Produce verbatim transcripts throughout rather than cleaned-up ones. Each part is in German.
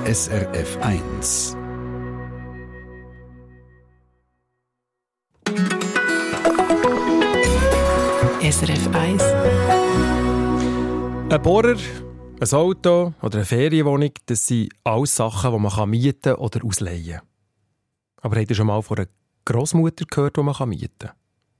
S R F eins. S R F eins. Ein Bohrer, ein Auto oder eine Ferienwohnung, das sind alles Sachen, die man mieten oder ausleihen kann. Aber habt ihr schon mal von einer Grossmutter gehört, die man mieten kann?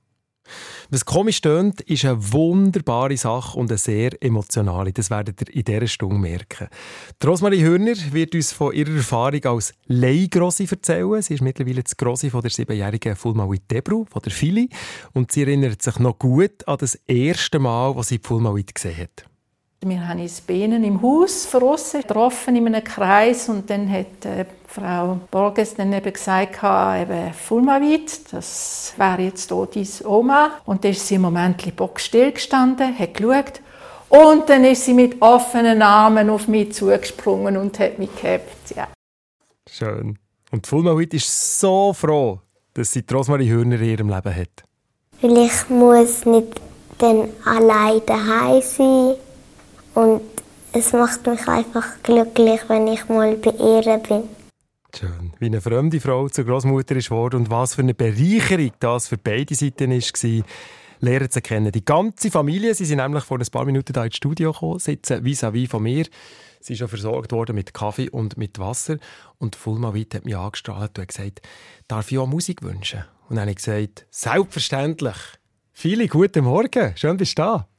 Was komisch tönt, ist eine wunderbare Sache und eine sehr emotionale. Das werdet ihr in dieser Stunde merken. Die Rosmarie Hörner wird uns von ihrer Erfahrung als Leihgrossi erzählen. Sie ist mittlerweile das Grossi von der siebenjährigen Fulmawit Debru, von der Fili. Und sie erinnert sich noch gut an das erste Mal, als sie die Fulmawit gesehen hat. Wir haben uns bei ihnen im Haus draussen getroffen in einem Kreis und dann hat äh, Frau Borges dann eben gesagt, eben Fulmawit, das wäre jetzt hier deine Oma. Und dann ist sie im Moment bockstill gestanden, hat geschaut und dann ist sie mit offenen Armen auf mich zugesprungen und hat mich gehabt. Ja. Schön. Und die Fulmawit ist so froh, dass sie die Rosmarie Hörner in ihrem Leben hat. Weil ich muss nicht dann allein daheim sein. Und es macht mich einfach glücklich, wenn ich mal bei ihr bin. Schön. Wie eine fremde Frau zur Großmutter ist geworden und was für eine Bereicherung das für beide Seiten war, lernen zu kennen. Die ganze Familie, sie sind nämlich vor ein paar Minuten hier ins Studio gekommen, sitzen vis-à-vis von mir. Sie ist schon versorgt worden mit Kaffee und mit Wasser. Und Fulmawit hat mich angestrahlt und gesagt, darf ich auch Musik wünschen? Und dann habe ich gesagt, selbstverständlich. Viele guten Morgen, schön, bist du da.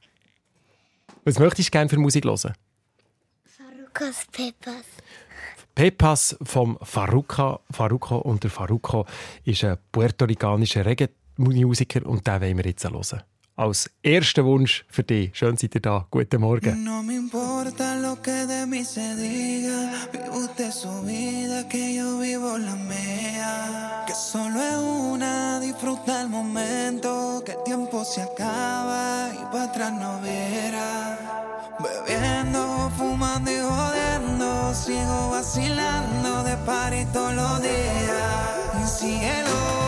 Was möchtest du gerne für Musik hören? Farrukas Pepas. Pepas vom Farruko. Farruko und der Farruko ist ein puerto-ricanischer Reggae-Musiker und den wollen wir jetzt hören. Als erster Wunsch für dich. Schön seid ihr da. Guten Morgen. No me importa lo que de mí se diga. Vive usted su vida, que yo vivo la mía. Que solo es una, disfruta el momento. Que el tiempo se acaba y para atrás no verá. Bebiendo, fumando y jodiendo. Sigo vacilando de party todos los días. Y síguelo.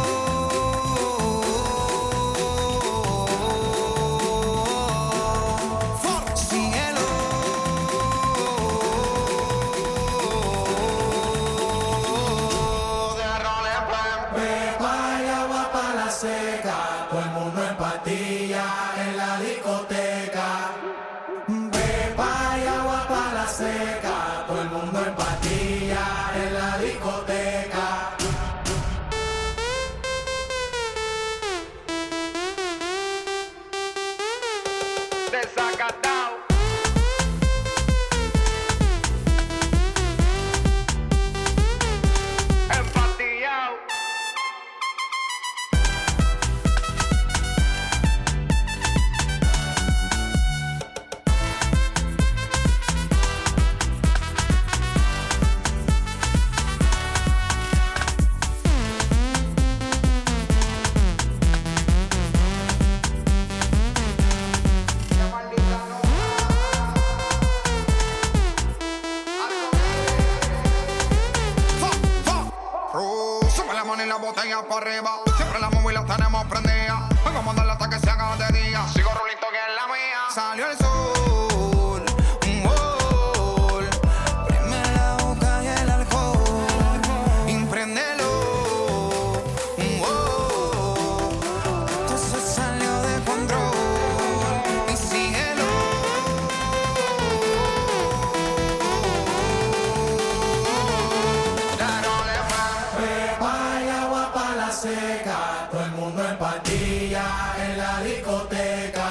Todo el mundo en patilla en la discoteca. Pepa y agua para la seca. Todo el mundo en patilla en la discoteca. Desacatado. Empatillado. Botella para arriba, siempre la móvil la tenemos prendida. Vengo a mandarla hasta que se haga de día. Sigo rulito que es la mía. Salió el sol, un gol. Prime la boca y el alcohol. Impréndelo, un gol. Esto se salió de control. Y síguelo. Seca, todo el mundo en patilla en la discoteca.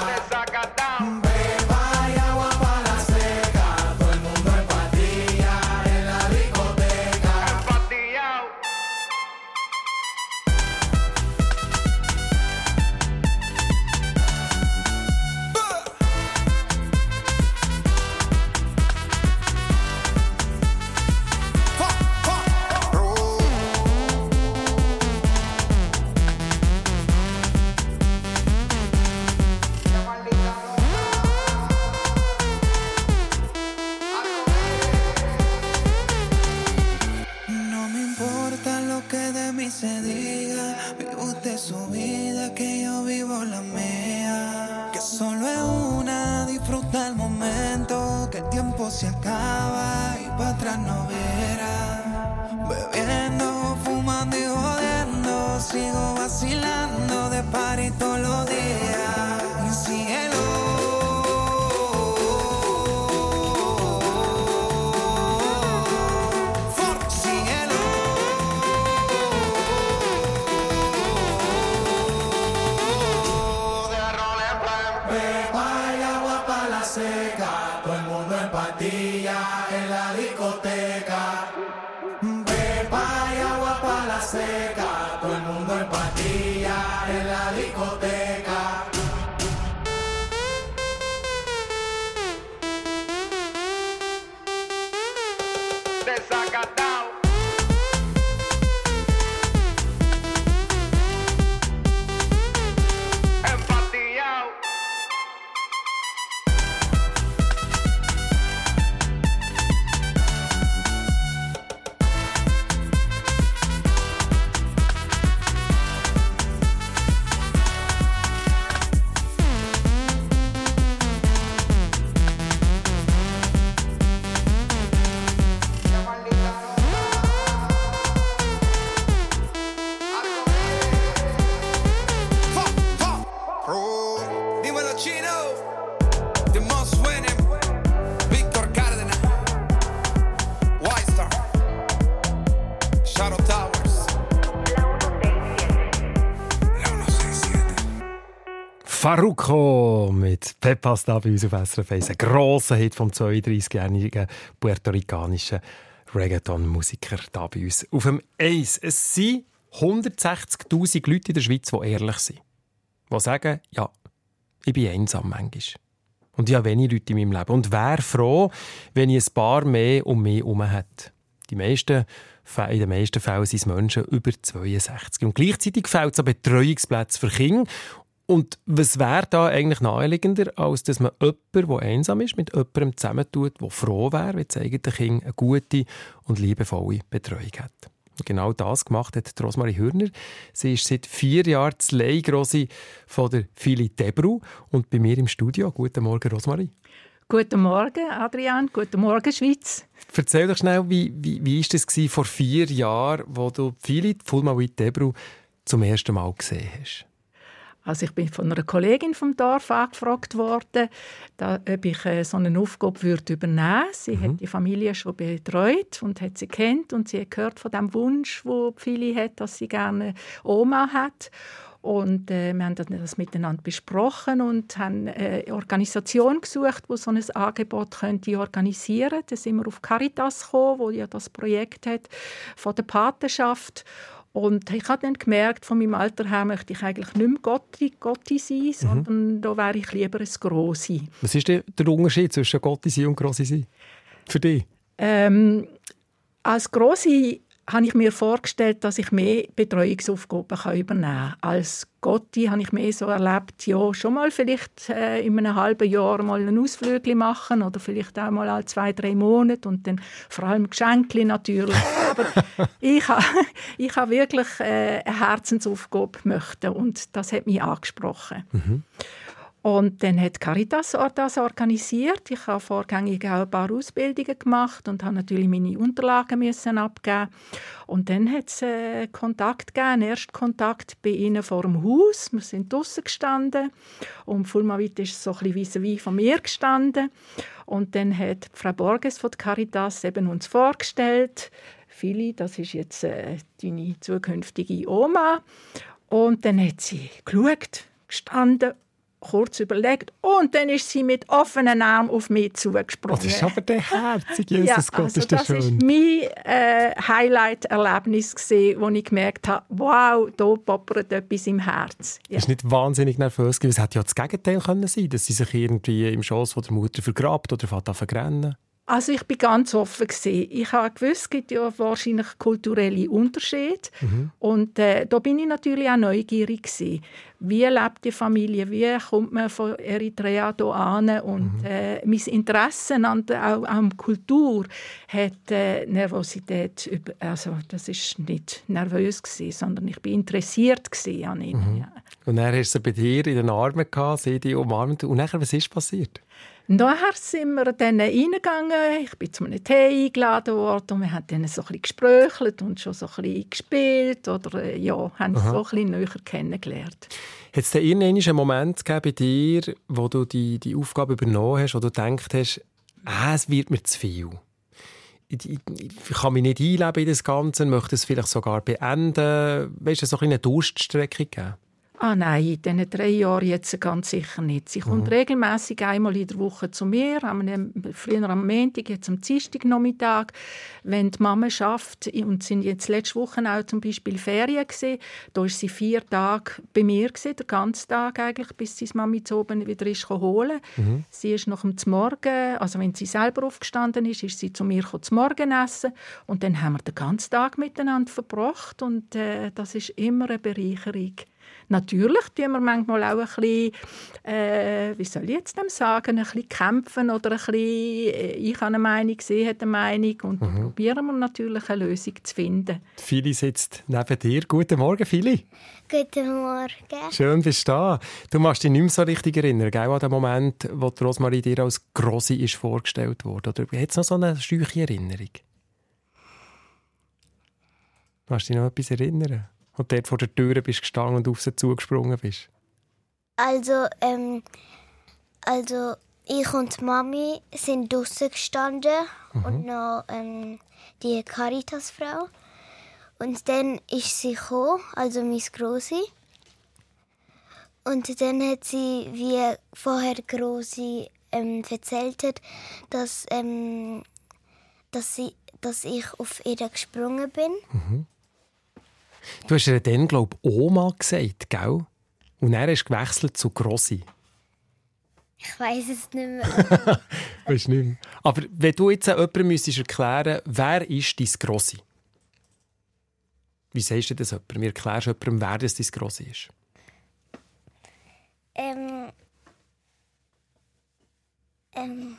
Se acaba y para atrás no verás. en la discoteca. Pepa y agua para la seca, todo el mundo en patilla en la discoteca. Desacatado. Empatillado. Farruko mit Pepas da bei uns auf S R F eins. Ein grosser Hit vom zweiunddreißigjährigen puerto-ricanischen Reggaeton-Musiker da bei uns auf dem Eis. Es sind hundertsechzigtausend Leute in der Schweiz, die ehrlich sind. Die sagen, ja, ich bin einsam manchmal. Und ich habe wenige Leute in meinem Leben. Und wäre froh, wenn ich ein paar mehr um mich herum hätte. Die meisten, in den meisten Fällen sind es Menschen über zweiundsechzig. Und gleichzeitig fehlt es an Betreuungsplätzen für Kinder. Und was wäre da eigentlich naheliegender, als dass man jemanden, der einsam ist, mit jemandem zusammentut, der froh wäre, wenn das eigene Kind eine gute und liebevolle Betreuung hat. Und genau das gemacht hat Rosmarie Hürner. Sie ist seit vier Jahren die Leihgrosse von der Fili Debru und bei mir im Studio. Guten Morgen, Rosmarie. Guten Morgen, Adrian. Guten Morgen, Schweiz. Erzähl doch schnell, wie, wie, wie war das vor vier Jahren, wo du Fili Debru zum ersten Mal gesehen hast? Also ich bin von einer Kollegin vom Dorf angefragt worden, da, ob ich äh, so eine Aufgabe würde übernehmen würde. Sie mhm. hat die Familie schon betreut und hat sie kennt und sie hat gehört von dem Wunsch, den Fili hat, dass sie gerne Oma hat. Und äh, wir haben das miteinander besprochen und haben eine Organisation gesucht, die so ein Angebot könnte organisieren könnte. Da sind wir auf Caritas gekommen, wo ja das Projekt hat von der Patenschaft. Und ich habe dann gemerkt, von meinem Alter her möchte ich eigentlich nicht mehr Gotti, Gotti sein, sondern mhm. da wäre ich lieber ein Grossi. Was ist der Unterschied zwischen Gotti sein und Grossi sein? Für dich? Ähm, als Grossi habe ich mir vorgestellt, dass ich mehr Betreuungsaufgaben übernehmen kann. Als Gotti habe ich mehr so erlebt, ja, schon mal vielleicht äh, in einem halben Jahr mal einen Ausflug machen oder vielleicht auch mal alle zwei, drei Monate und dann vor allem Geschenke natürlich. Aber ich habe ich ha wirklich äh, eine Herzensaufgabe möchte und das hat mich angesprochen. Mhm. Und dann hat Caritas das organisiert. Ich habe vorgängig auch ein paar Ausbildungen gemacht und habe natürlich meine Unterlagen müssen abgeben. Und dann hat es äh, Kontakt gegeben, einen Erstkontakt bei ihnen vor dem Haus. Wir sind draussen gestanden und Fulmavit ist so ein bisschen vis-à-vis von mir gestanden. Und dann hat Frau Borges von Caritas eben uns vorgestellt. Fili, das ist jetzt äh, deine zukünftige Oma. Und dann hat sie geschaut, gestanden, kurz überlegt und dann ist sie mit offenen Armen auf mich zugesprungen. Oh, das ist aber der Herzig, Jesus ja, Gott, also ist das schön. Das war mein äh, Highlight-Erlebnis, wo ich gemerkt habe, wow, da poppert etwas im Herz. Ja. Das ist nicht wahnsinnig nervös gewesen. Es hätte ja das Gegenteil können sein, dass sie sich irgendwie im Schoss von der Mutter vergrabt oder fährt an vergrennen. Also ich bin ganz offen gewesen. Ich habe gewusst, es gibt ja wahrscheinlich kulturelle Unterschiede. Mhm. Und äh, da bin ich natürlich auch neugierig gewesen. Wie lebt die Familie? Wie kommt man von Eritrea hier an? Und mhm. äh, mein Interesse an der auch, an Kultur hat äh, Nervosität über, also das ist nicht nervös gewesen, sondern ich bin interessiert gewesen an ihnen. Mhm. Ja. Und dann hast du sie bei dir in den Armen gehabt, sie dich umarmt. Und nachher, was ist passiert? Nachher sind wir dann reingegangen. Ich bin zu einem Tee eingeladen worden und wir haben dann so ein bisschen gesprochen und schon so ein bisschen gespielt oder ja, haben uns so ein bisschen näher kennengelernt. Hat es denn irgendeinen Moment gegeben bei dir, wo du die, die Aufgabe übernommen hast, wo du gedacht hast, ah, es wird mir zu viel? Ich, ich, ich kann mich nicht einleben in das Ganze, möchte es vielleicht sogar beenden. Weißt du, so eine Durststrecke gegeben? Ah nein, in diesen drei Jahren jetzt ganz sicher nicht. Sie kommt mhm. regelmässig einmal in der Woche zu mir, früher am Montag, jetzt am Dienstagnachmittag. Wenn die Mama arbeitet, und sind jetzt letzte Woche auch zum Beispiel Ferien gewesen, da war sie vier Tage bei mir gewesen, den ganzen Tag eigentlich, bis sie die Mami zu oben wieder ist holen. Mhm. Sie ist noch am Morgen, also wenn sie selber aufgestanden ist, ist sie zu mir zum Morgenessen und dann haben wir den ganzen Tag miteinander verbracht und äh, das ist immer eine Bereicherung. Natürlich tun wir manchmal auch ein bisschen, äh, wie soll ich jetzt dem sagen, ein bisschen kämpfen oder ein bisschen, ich habe eine Meinung, sie hat eine Meinung und mhm. probieren wir natürlich eine Lösung zu finden. Fili sitzt neben dir. Guten Morgen, Fili. Guten Morgen. Schön, bist du da. Du magst dich nicht mehr so richtig erinnern, gell, an den Moment, wo die Rosmarie dir als Grossi ist vorgestellt wurde. Oder hat es noch so eine scheuche Erinnerung? Kannst du dich noch etwas erinnern? Und dort vor der Tür bist gestanden und auf sie zugesprungen bist? Also, ähm, also ich und die Mami sind draussen gestanden mhm. und noch ähm, die Caritas-Frau. Und dann ist sie gekommen, also meine Grossi. Und dann hat sie, wie vorher Grossi ähm, erzählt hat, dass, ähm, dass, sie, dass ich auf ihr gesprungen bin. Mhm. Du hast ihr dann, glaube ich, Oma gesagt, gell? Und er ist gewechselt zu Grossi. Ich weiss es nicht mehr. Weißt nicht mehr. Aber wenn du jetzt jemandem müsstest erklären, wer ist dein Grossi? Wie sagst du das jemandem? Wie erklärst du jemandem, wer das dein Grossi ist? Ähm... Ähm...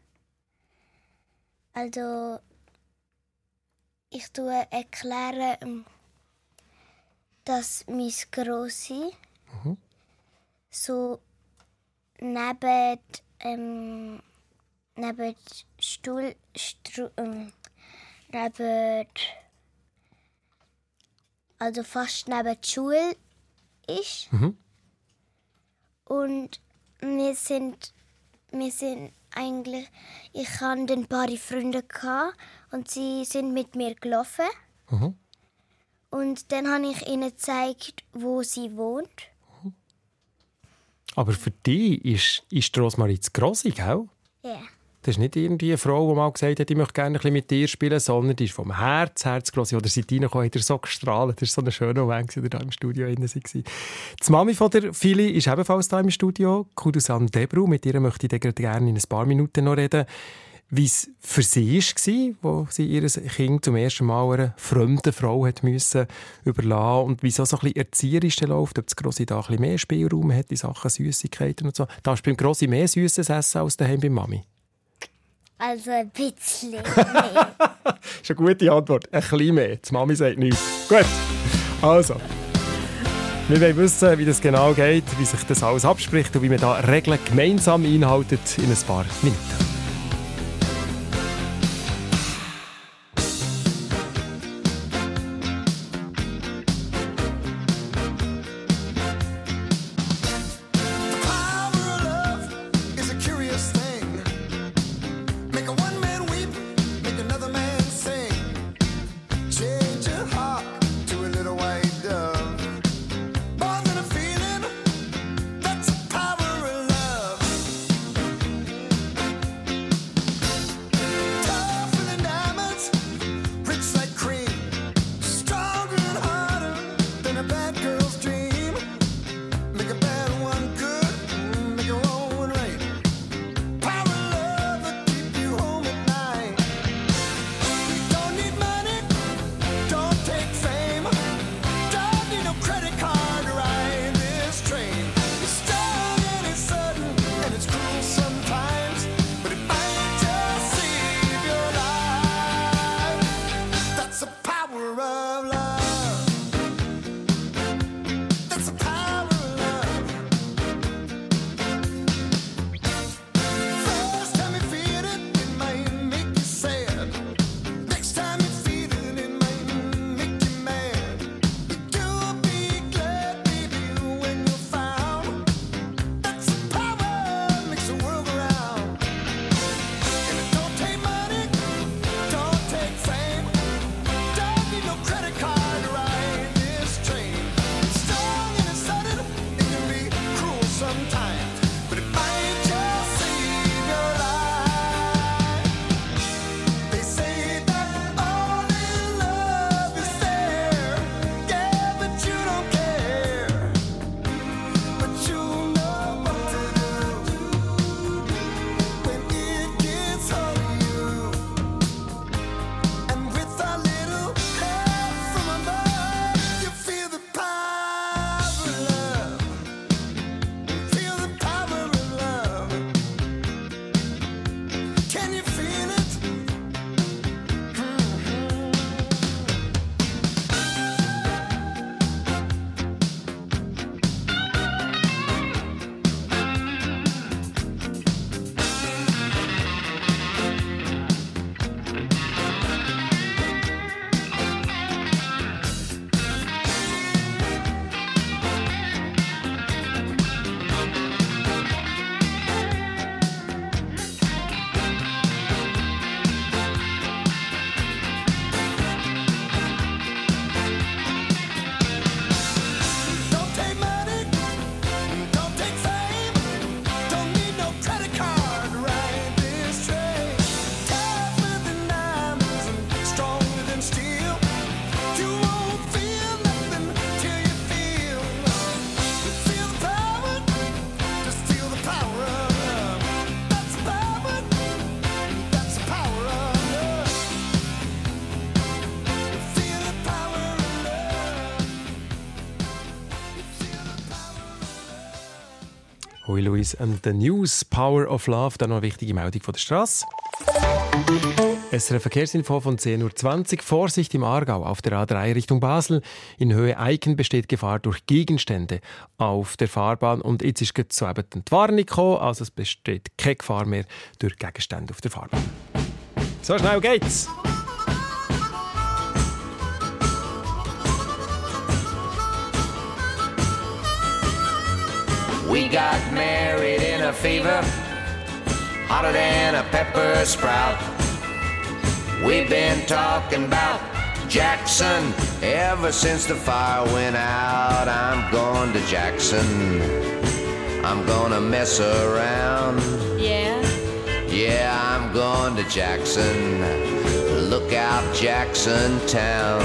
Also... Ich tue erklären... dass mein Grossi mhm. so neben ähm, neben Stuhl Stru, ähm, neben also fast neben der Schule ist mhm. und wir sind wir sind eigentlich ich hatte ein paar Freunde gehabt, und sie sind mit mir gelaufen. Mhm. Und dann habe ich ihnen gezeigt, wo sie wohnt. Aber für dich ist, ist Rosmarie zu Grossi, gell? Ja. Yeah. Das ist nicht irgendwie eine Frau, die mal gesagt hat, ich möchte gerne ein bisschen mit dir spielen, sondern die ist vom Herz her zu Grossi. Oder seit reingekommen hat er so gestrahlt. Das war so ein schöner Moment, als er hier im Studio war. Die Mami von der Fili ist ebenfalls hier im Studio, Kudusan Debru. Mit ihr möchte ich gerne in ein paar Minuten noch reden. Wie es für sie war, als sie ihr Kind zum ersten Mal einer fremden Frau hat müssen überlassen und wie es auch so ein bisschen erzieherisch läuft, ob das Grossi da ein bisschen mehr Spielraum hat in Sachen Süssigkeiten und so. Darfst du beim Grossi mehr Süßes essen als daheim bei Mami? Also ein bisschen mehr. Das ist eine gute Antwort. Ein bisschen mehr. Die Mami sagt nichts. Gut. Also. Wir wollen wissen, wie das genau geht, wie sich das alles abspricht und wie man da Regeln gemeinsam einhaltet in ein paar Minuten. Hoi Louis and the News, Power of Love. Dann noch eine wichtige Meldung von der Straße. Es ist eine Verkehrsinfo von zehn Uhr zwanzig. Vorsicht im Aargau auf der A drei Richtung Basel. In Höhe Eiken besteht Gefahr durch Gegenstände auf der Fahrbahn. Und jetzt ist gerade so eben die Warnung gekommen. Also es besteht keine Gefahr mehr durch Gegenstände auf der Fahrbahn. So schnell geht's! We got married in a fever, hotter than a pepper sprout. We've been talking about Jackson ever since the fire went out. I'm going to Jackson, I'm gonna mess around. Yeah? Yeah, I'm going to Jackson, look out Jackson Town.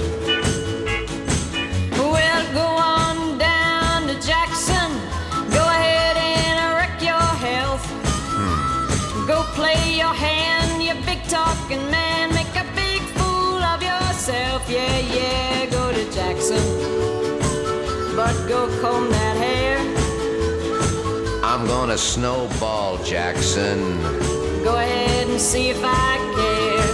Well, go on down to Jackson. Go ahead and wreck your health. Hmm. Go play your hand, you big talking man. Make a big fool of yourself. Yeah, yeah, go to Jackson. But go comb that hair. I'm gonna snowball Jackson. Go ahead and see if I care.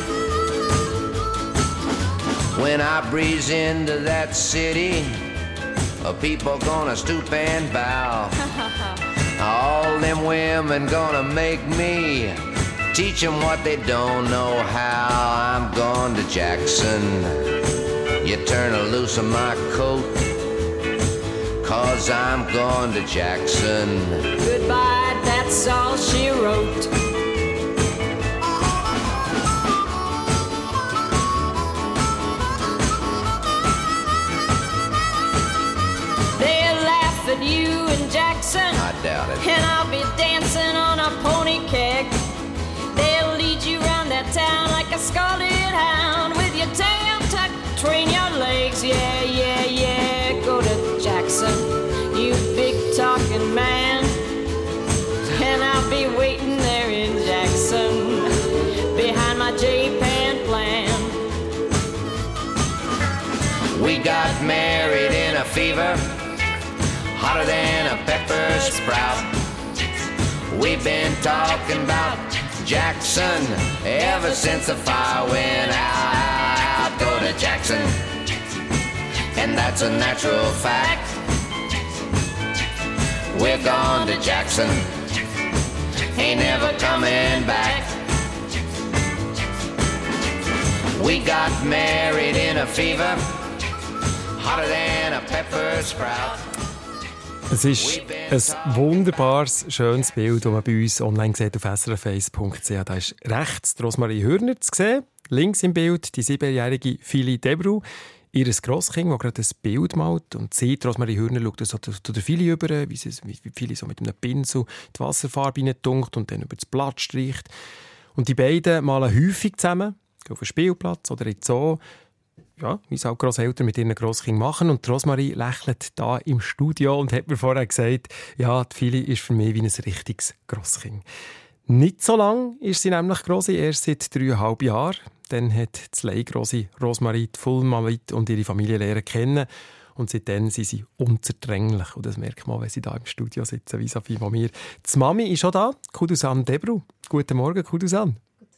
When I breeze into that city, people gonna stoop and bow. All them women gonna make me teach them what they don't know how. I'm going to Jackson. You turn loose of my coat, cause I'm going to Jackson. Goodbye, that's all she wrote. They'll laugh at you in Jackson, I doubt it. and I'll be dancing on a pony keg. They'll lead you round that town like a scalded hound, with your tail tucked between your legs. Yeah, yeah, yeah, go to Jackson, you big talking man. And I'll be waiting there in Jackson, behind my J-Pan plan. We got married in a fever, hotter than a pepper sprout. We've been talking about Jackson ever since the fire went out. Go to Jackson, and that's a natural fact. We're gone to Jackson, ain't never coming back. We got married in a fever, hotter than a pepper sprout. Es ist ein wunderbares, schönes Bild, das man bei uns online sieht auf s r f eins punkt c h. Da ist rechts Rosmarie Hürner zu sehen, links im Bild die siebenjährige Fili Debru, ihr Grosskind, das gerade ein Bild malt und sieht, Rosmarie Hürner schaut so zu der Fili über, wie, sie, wie Fili so mit einem Pinsel die Wasserfarbe reintunkt und dann über das Blatt streicht. Und die beiden malen häufig zusammen, auf den Spielplatz oder in den Zoo. Ja, wie es auch Grosseltern mit ihren Grosskindern machen. Und Rosmarie lächelt da im Studio und hat mir vorher gesagt, ja, die Fili ist für mich wie ein richtiges Grosskind. Nicht so lange ist sie nämlich Grossi, erst seit dreieinhalb Jahren. Dann hat die Leihgrossi Rosmarie die Fulmavit und ihre Familie lernen kennen. Und seitdem sind sie unzerdränglich. Und das merkt man, wenn sie da im Studio sitzen, wie Sophie von mir. Die Mami ist auch da, Kudusan Debru. Guten Morgen, Kudusan.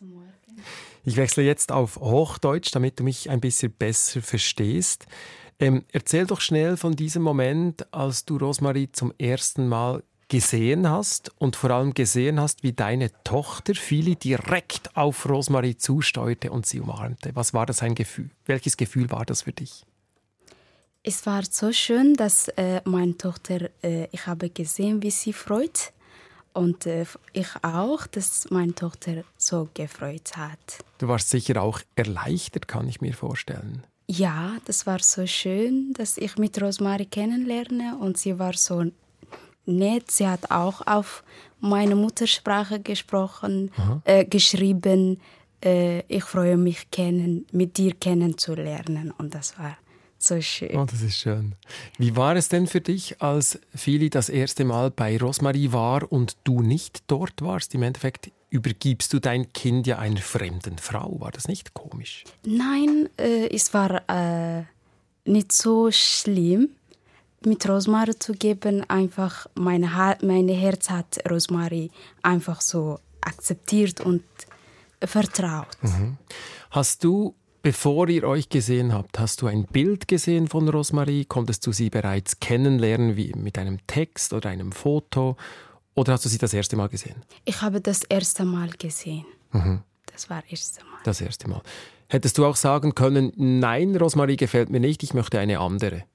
Ich wechsle jetzt auf Hochdeutsch, damit du mich ein bisschen besser verstehst. Ähm, erzähl doch schnell von diesem Moment, als du Rosmarie zum ersten Mal gesehen hast und vor allem gesehen hast, wie deine Tochter Fili direkt auf Rosmarie zusteuerte und sie umarmte. Was war das ein Gefühl? Welches Gefühl war das für dich? Es war so schön, dass äh, meine Tochter, äh, ich habe gesehen, wie sie freut. Und äh, ich auch, dass meine Tochter so gefreut hat. Du warst sicher auch erleichtert, kann ich mir vorstellen. Ja, das war so schön, dass ich mit Rosmarie kennenlerne. Und sie war so nett. Sie hat auch auf meine Muttersprache gesprochen, äh, geschrieben. Äh, ich freue mich, kennen, mit dir kennenzulernen. Und das war so schön. Oh, das ist schön. Wie war es denn für dich, als Fili das erste Mal bei Rosmarie war und du nicht dort warst? Im Endeffekt übergibst du dein Kind ja einer fremden Frau. War das nicht komisch? Nein, äh, es war äh, nicht so schlimm, mit Rosmarie zu geben, einfach mein, ha- mein Herz hat Rosmarie einfach so akzeptiert und vertraut. Mhm. Hast du, bevor ihr euch gesehen habt, hast du ein Bild gesehen von Rosmarie? Konntest du sie bereits kennenlernen, wie mit einem Text oder einem Foto? Oder hast du sie das erste Mal gesehen? Ich habe das erste Mal gesehen. Mhm. Das war das erste Mal. Das erste Mal. Hättest du auch sagen können, nein, Rosmarie gefällt mir nicht, ich möchte eine andere?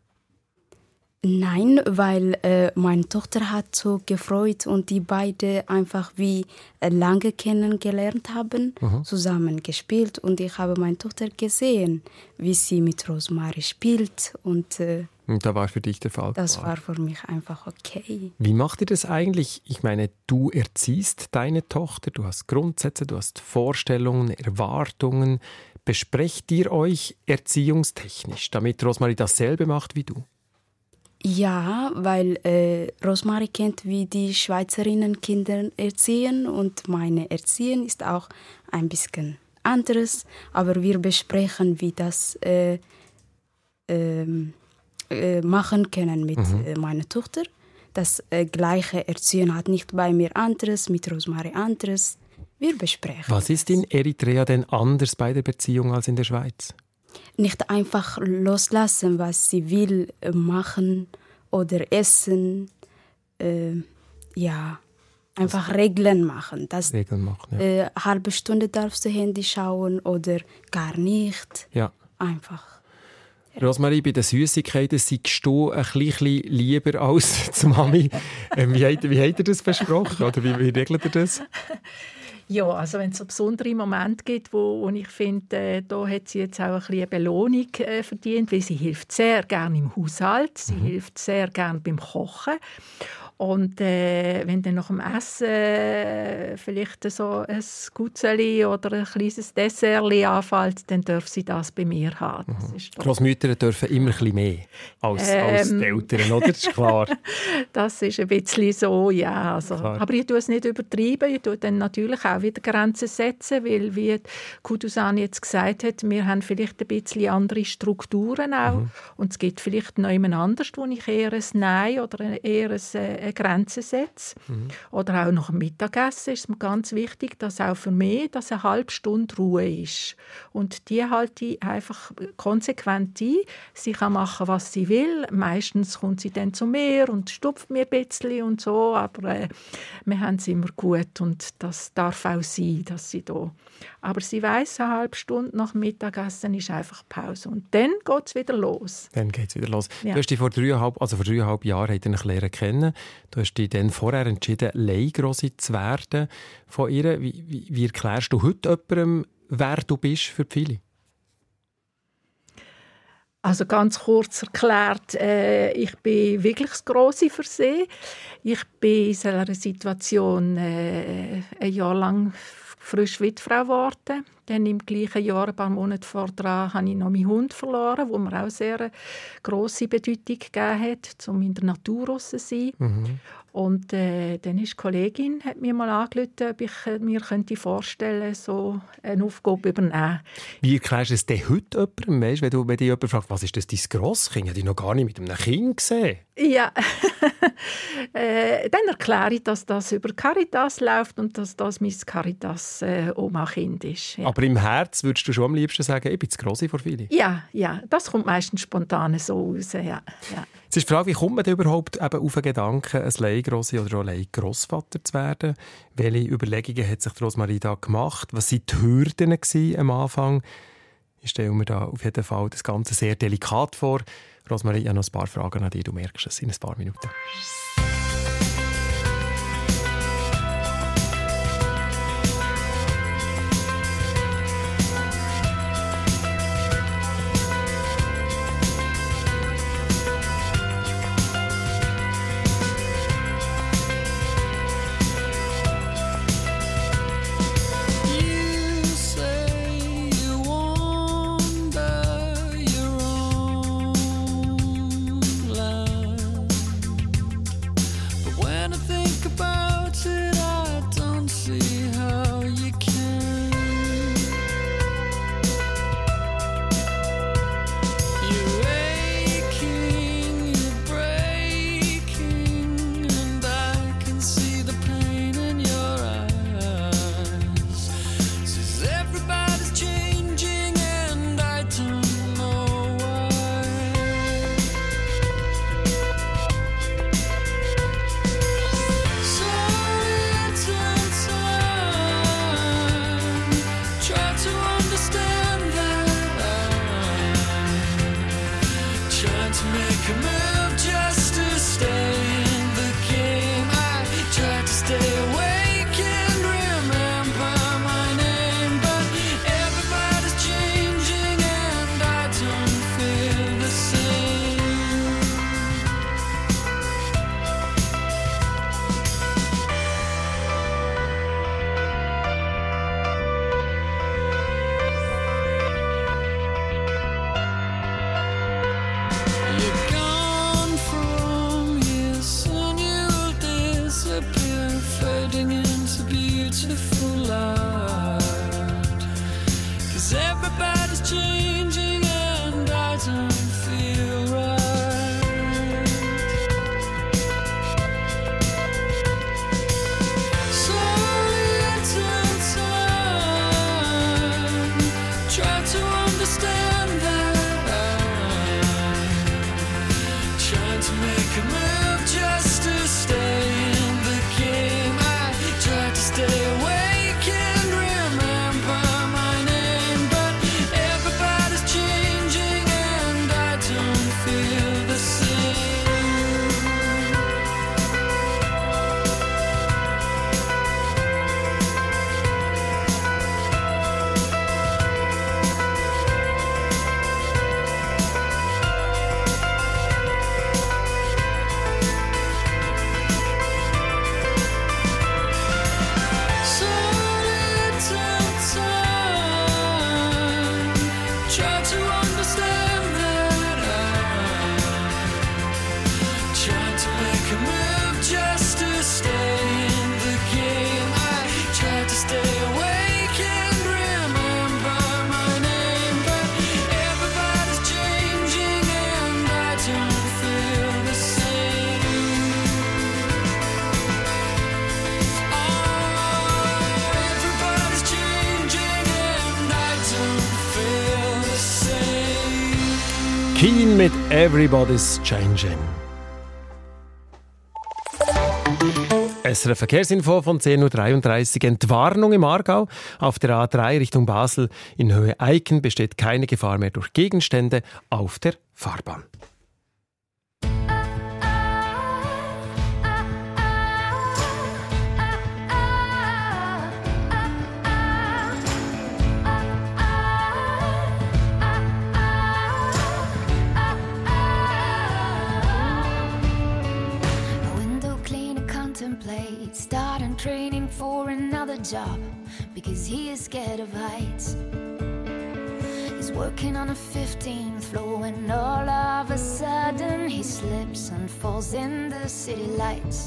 Nein, weil äh, meine Tochter hat so gefreut und die beide einfach wie äh, lange kennengelernt haben, Mhm. zusammen gespielt und ich habe meine Tochter gesehen, wie sie mit Rosmarie spielt und äh, Und da war für dich der Fall das klar. war für mich einfach okay. Wie macht ihr das eigentlich? Ich meine, du erziehst deine Tochter, du hast Grundsätze, du hast Vorstellungen, Erwartungen. Besprecht ihr euch erziehungstechnisch, damit Rosmarie dasselbe macht wie du? Ja, weil äh, Rosmarie kennt, wie die Schweizerinnen Kinder erziehen und meine Erziehung ist auch ein bisschen anderes, aber wir besprechen, wie das äh, ähm, äh, machen können mit Mhm. äh, meiner Tochter. Das äh, gleiche Erziehen hat nicht bei mir anderes, mit Rosmarie anderes. Wir besprechen. Was ist in Eritrea denn anders bei der Beziehung als in der Schweiz? Nicht einfach loslassen, was sie will, äh, machen oder essen. Äh, ja, einfach Regeln machen. Das, Regeln machen, ja. äh, halbe Stunde darfst du Handy schauen oder gar nicht. Ja. Einfach. Rosmarie, bei den Süßigkeiten seist du ein bisschen lieber als die Mami. Ähm, wie, habt, wie habt ihr das besprochen? Oder wie, wie regelt ihr das? Ja, also wenn es so besondere Momente gibt, wo, wo ich finde, äh, da hat sie jetzt auch ein bisschen eine Belohnung äh, verdient, weil sie hilft sehr gerne im Haushalt, sie Mhm. hilft sehr gerne beim Kochen. Und äh, wenn dann nach dem Essen äh, vielleicht so ein Gutzeli oder ein kleines Dessertli anfällt, dann darf sie das bei mir haben. Das ist doch- Grossmütter dürfen immer ein bisschen mehr als, als Ähm. die Eltern, oder? Das ist klar. Das ist ein bisschen so, ja. Also, Klar. aber ich tue es nicht übertreiben. Ich tue dann natürlich auch wieder Grenzen setzen, weil, wie Kudusan jetzt gesagt hat, wir haben vielleicht ein bisschen andere Strukturen auch. Mhm. Und es gibt vielleicht noch jemand anders, wo ich eher ein Nein oder eher ein, äh, eine Grenze setze. Mhm. Oder auch nach dem Mittagessen ist es mir ganz wichtig, dass auch für mich dass eine halbe Stunde Ruhe ist. Und die halte ich einfach konsequent ein. Sie kann machen, was sie will. Meistens kommt sie dann zu mir und stupft mir ein bisschen und so. Aber äh, wir haben es immer gut und das darf auch sein, dass sie da. Aber sie weiss, eine halbe Stunde nach dem Mittagessen ist einfach Pause. Und dann geht es wieder los. Dann geht es wieder los. Ja. Du hast dich vor dreieinhalb, also vor dreieinhalb Jahren habt ihr dich lernen kennen. Du hast dich dann vorher entschieden, Leihgrosse zu werden von ihr. Wie, wie, wie erklärst du heute jemandem, wer du bist für die Fili? Also ganz kurz erklärt, äh, ich bin wirklich das Grosse für sie. Ich bin in einer Situation äh, ein Jahr lang frisch Witfrau geworden. Dann im gleichen Jahr, ein paar Monate vor dran, habe ich noch meinen Hund verloren, wo mir auch sehr eine grosse Bedeutung gegeben hat, um in der Natur raus zu sein. Mhm. Und äh, dann ist die Kollegin hat mir mal angerufen, ob ich äh, mir könnte vorstellen, so eine Aufgabe übernehmen. Wie erklärst du es denn heute jemandem? Weißt, wenn, du, wenn dich jemand fragt, was ist das dein Grosskind? Ich habe dich noch gar nicht mit einem Kind gesehen. Ja, äh, dann erkläre ich, dass das über Caritas läuft und dass das mein Caritas-Oma-Kind ist. Ja. Aber im Herz würdest du schon am liebsten sagen, ich bin das Grosse vor Fili. ja, ja, das kommt meistens spontan so raus. Ja, ja. Jetzt ist die Frage, wie kommt man denn überhaupt eben auf den Gedanken, ein Leihgrossi oder auch Leihgrossvater zu werden? Welche Überlegungen hat sich Rosmarie da gemacht? Was waren die Hürden gewesen am Anfang? Ich stelle mir da auf jeden Fall das Ganze sehr delikat vor. Rosmarie, ich habe noch ein paar Fragen an dich. Du merkst es in ein paar Minuten. You say you wander your own land. 'cause everybody's changing and I don't feel right. So little time, try to understand that I'm trying to make a move just to stay in the game. I try to stay awake and remember my name, but everybody's changing and I don't feel the same. So little time, try to understand that I'm trying to make a move just to stay in the game. I try to stay awake and remember my name, but everybody's changing and I don't feel the same. Everybody's changing and I don't feel the same. Keen mit Everybody's Changing. S R F Verkehrsinfo von zehn Uhr dreiunddreißig. Entwarnung im Aargau. Auf der A drei Richtung Basel in Höhe Eiken besteht keine Gefahr mehr durch Gegenstände auf der Fahrbahn. A window cleaner contemplates starting training for another job because he is scared of heights. He's working on a fifteenth floor when all of a sudden he slips and falls in the city lights.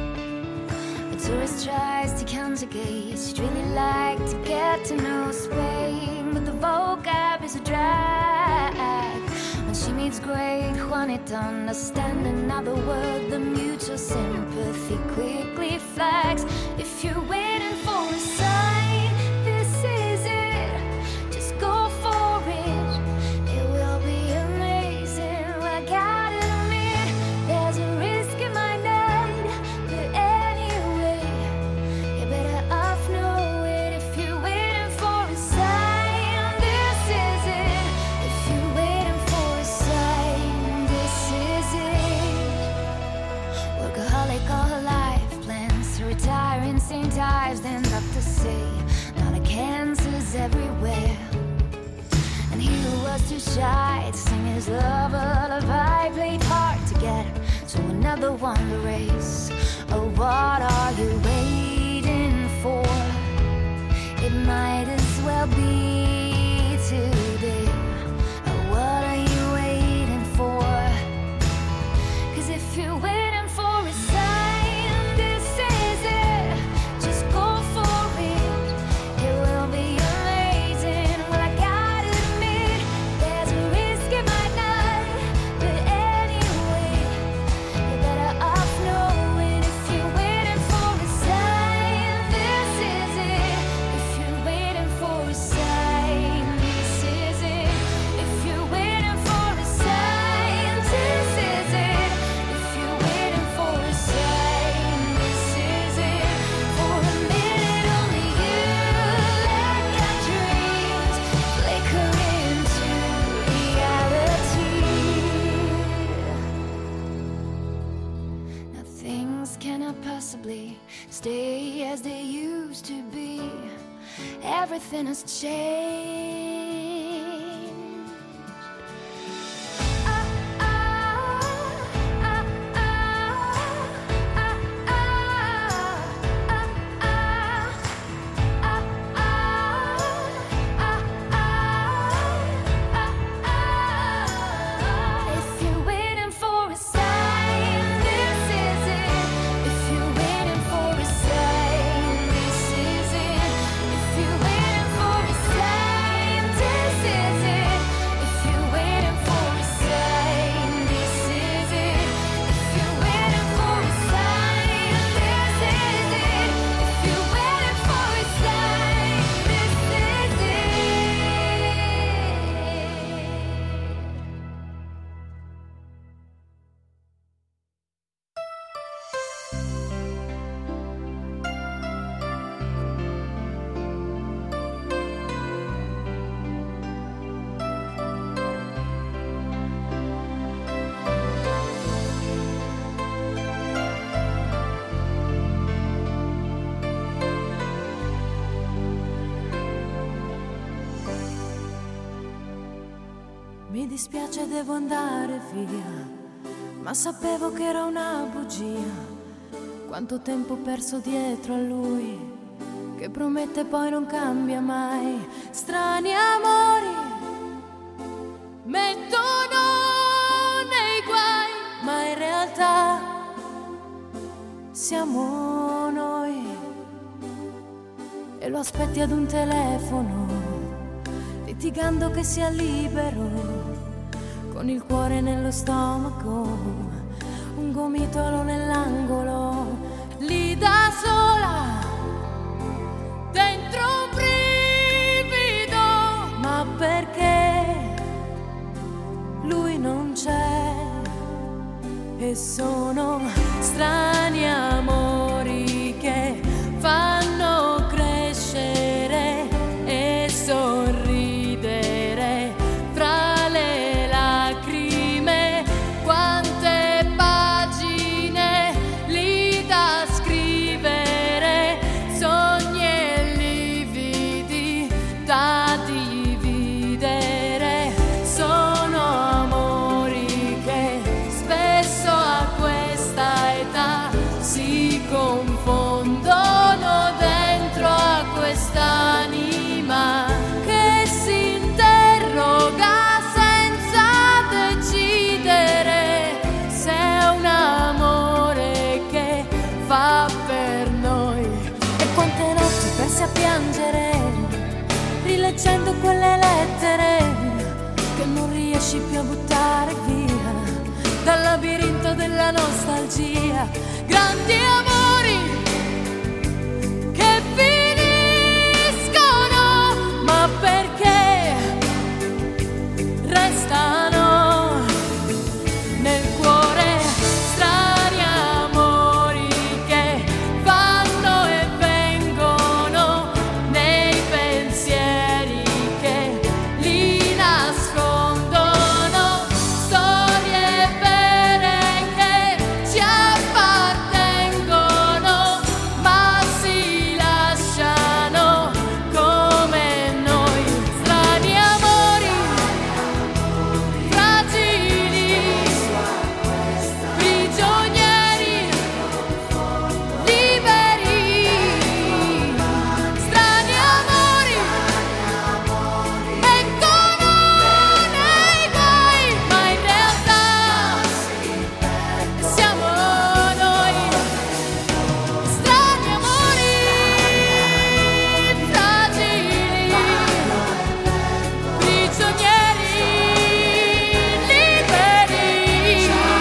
A tourist tries to conjugate, she'd really like to get to know Spain, but the vocab is a drag. When she meets great Juanita, understand another word, the mutual sympathy quickly flags. If you're waiting for a sign, this is it. Just go for it. It will be amazing. Well, I gotta admit, there's a risk it might not, but anyway, you better off know it. If you're waiting for a sign, this is it. If you're waiting for a sign, this is it. Workaholic all her life, plans to retire in Saint Ives. Then doctors say, not a cancer's everywhere. And he who was too shy to sing his love a lullaby played hard to get to another one to race. Oh, what are you waiting for? It might as well be today. Oh, what are you waiting for? 'Cause if you're waiting for a sign, this is it. Just go for it. It will be amazing. Well, I gotta admit, there's a risk it might not, but anyway, you better off knowing. If you're waiting for a sign, this is it. If you're waiting for a sign, this is it. If you're waiting for a sign, this is it. If you're waiting for a sign, this is it. For a minute only you let your dreams flicker into reality. Now things cannot possibly stay as they used to be. Everything has changed. Ah, ah, ah, ah, ah, If you're waiting for a sign, this is it. If you're waiting for a sign, this is it. If you're waiting for a sign, Mi dispiace, devo andare via, ma sapevo che era una bugia. Quanto tempo perso dietro a lui, che promette poi non cambia mai. Strani amori mettono nei guai, ma in realtà siamo noi. E lo aspetti ad un telefono, litigando che sia libero, con il cuore nello stomaco, un gomitolo nell'angolo, lì da sola, dentro un brivido, ma perché lui non c'è? E sono strani amori che fanno crescere e sorridere fra le lacrime. Quante pagine lì da scrivere, sogni e lividi da dividere. Sono amori che spesso a questa età si confondono dentro a quest'anima che si interroga senza decidere se è un amore che fa per noi. E quante notti persi a piangere, rileggendo quelle lettere che non riesci più a buttare via dal labirinto della nostalgia. Grandi amori che finiscono, ma perché restano nel cuore. Strani amori che vanno e vengono nei pensieri che li nascondono. Storie vere che ci appartengono, ma si lasciano come noi. Strani amori fragili, prigionieri liberi. Strani amori mettono nei guai, ma in realtà siamo noi. Strani amori fragili, prigionieri liberi.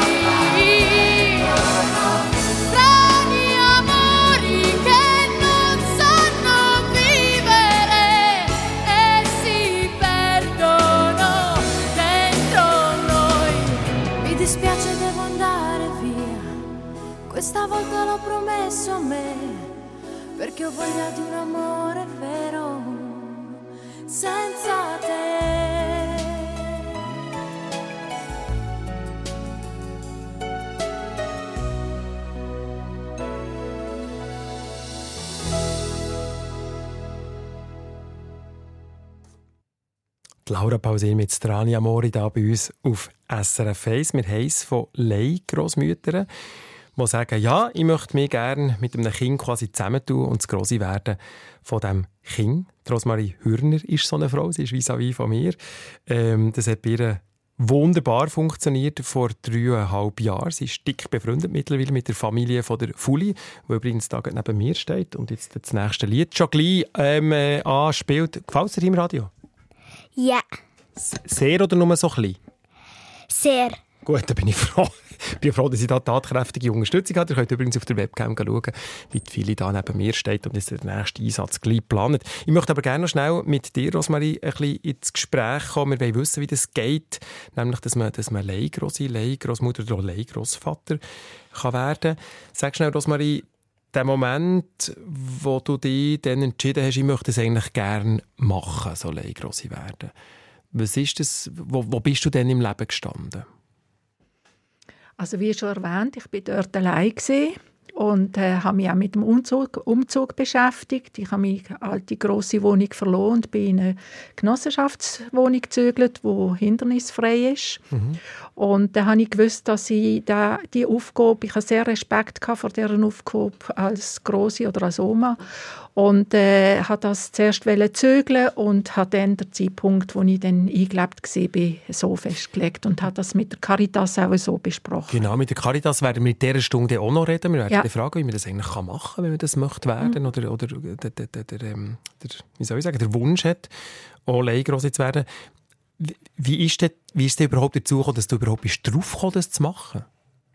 Strani amori che non sanno vivere e si perdono dentro noi. Mi dispiace, devo andare via, questa volta l'ho promesso a me, perché ho voglia di un amore vero senza te. Die Laura Pausini mit Strani Amori hier bei uns auf S R F eins. Wir haben es von Leihgrossmüttern, die sagen, ja, ich möchte mich gerne mit einem Kind quasi zusammentun und das Grosse werden von diesem Kind. Die Rosmarie Hürner ist so eine Frau, sie ist vis-à-vis von mir. Ähm, das hat bei ihr wunderbar funktioniert vor dreieinhalb Jahren. Sie ist dick befreundet mittlerweile mit der Familie von der Fuli, die übrigens da neben mir steht und jetzt das nächste Lied schon gleich ähm, äh, anspielt. Gefällt es dir im Radio? Ja, Sehr oder nur so klein? sehr. Gut, dann bin ich froh. Ich bin froh, dass ich da tatkräftige Unterstützung habe. Ihr könnt übrigens auf der Webcam schauen, wie die Fili da neben mir steht und jetzt der nächste Einsatz gleich plant. Ich möchte aber gerne noch schnell mit dir, Rosmarie, ein bisschen ins Gespräch kommen. Wir wollen wissen, wie das geht. Nämlich, dass man, dass man Leihgrosse, Leihgrossmutter oder Leihgrossvater kann werden. Sag schnell, Rosmarie, der Moment, wo du dich dann entschieden hast, ich möchte es eigentlich gerne machen, so Leihgrosse werden. Was ist das? Wo, wo bist du denn im Leben gestanden? Also wie schon erwähnt, ich war dort allein. und äh, habe mich auch mit dem Umzug, Umzug beschäftigt. Ich habe meine alte grosse Wohnung verloren und bin in eine Genossenschaftswohnung gezögert, die hindernisfrei ist. Mhm. Und dann habe ich gewusst, dass ich da, die Aufgabe, ich habe sehr Respekt vor dieser Aufgabe als Grosse oder als Oma. Und äh, habe das zuerst zögeln und habe dann den Zeitpunkt, wo ich dann eingelebt war, so festgelegt und habe das mit der Caritas auch so besprochen. Genau, mit der Caritas werden wir in dieser Stunde auch noch reden. Wir werden ja. die Frage, wie man das eigentlich machen kann, wenn man das möchte werden mhm. oder, oder der, der, der, der, der, wie soll ich sagen, der Wunsch hat, auch Leihgrosse zu werden. Wie ist, das, wie ist es überhaupt dazu gekommen, dass du überhaupt bist drauf gekommen, das zu machen?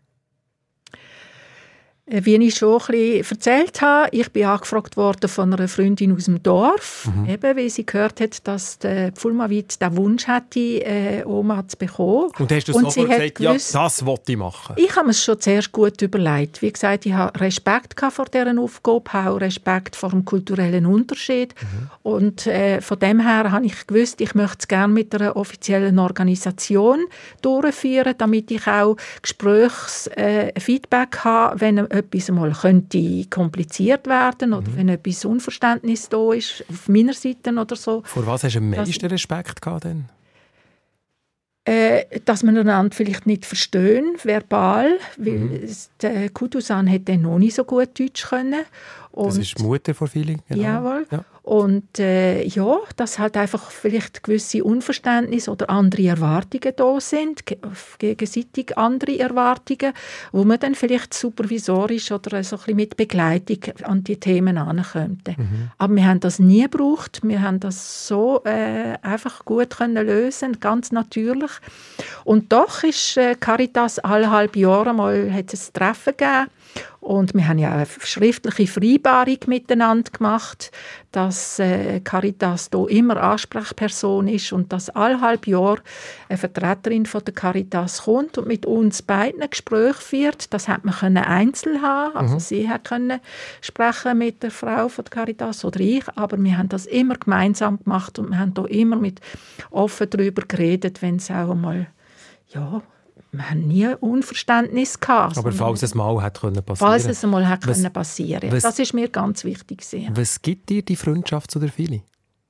Wie ich schon ein bisschen erzählt habe, ich bin angefragt worden von einer Freundin aus dem Dorf, mhm. eben, weil sie gehört hat, dass die Pfulmawit den Wunsch hatte, äh, Oma zu bekommen. Und hast du sofort gesagt, gewusst, ja, das wollte ich machen? Ich habe mir es schon zuerst gut überlegt. Wie gesagt, ich habe Respekt vor dieser Aufgabe, auch Respekt vor dem kulturellen Unterschied. Mhm. Und äh, von dem her habe ich gewusst, ich möchte es gerne mit einer offiziellen Organisation durchführen, damit ich auch Gesprächsfeedback äh, habe, wenn etwas mal könnte kompliziert werden oder mhm. wenn etwas Unverständnis da ist, auf meiner Seite oder so. Vor was hast du am meisten Respekt gehabt denn? Äh, dass wir einander vielleicht nicht verstehen, verbal, weil mhm. der Kudusan hätte noch nicht so gut Deutsch können. Und das ist die Mutter von vielen. Genau. Jawohl. Ja. Und äh, ja, dass halt einfach vielleicht gewisse Unverständnisse oder andere Erwartungen da sind, gegenseitig andere Erwartungen, wo man dann vielleicht supervisorisch oder so ein bisschen mit Begleitung an die Themen herankommt. Mhm. Aber wir haben das nie gebraucht. Wir haben das so äh, einfach gut können lösen, ganz natürlich. Und doch ist äh, Caritas alle halbe Jahre mal hat es ein Treffen gegeben. Und wir haben ja eine schriftliche Vereinbarung miteinander gemacht, dass äh, Caritas hier immer Ansprechperson ist und dass alle halbe Jahr eine Vertreterin von der Caritas kommt und mit uns beiden Gespräche führt. Das hat man können einzeln haben, also mhm. sie hat können sprechen mit der Frau von der Caritas oder ich, aber wir haben das immer gemeinsam gemacht und wir haben hier immer mit offen darüber geredet, wenn es auch einmal ja wir haben nie Unverständnis gehabt. Aber falls es mal hätte passieren können. Falls es mal hätte was, passieren was, Das ist mir ganz wichtig. Gewesen. Was gibt dir die Freundschaft zu der Fili?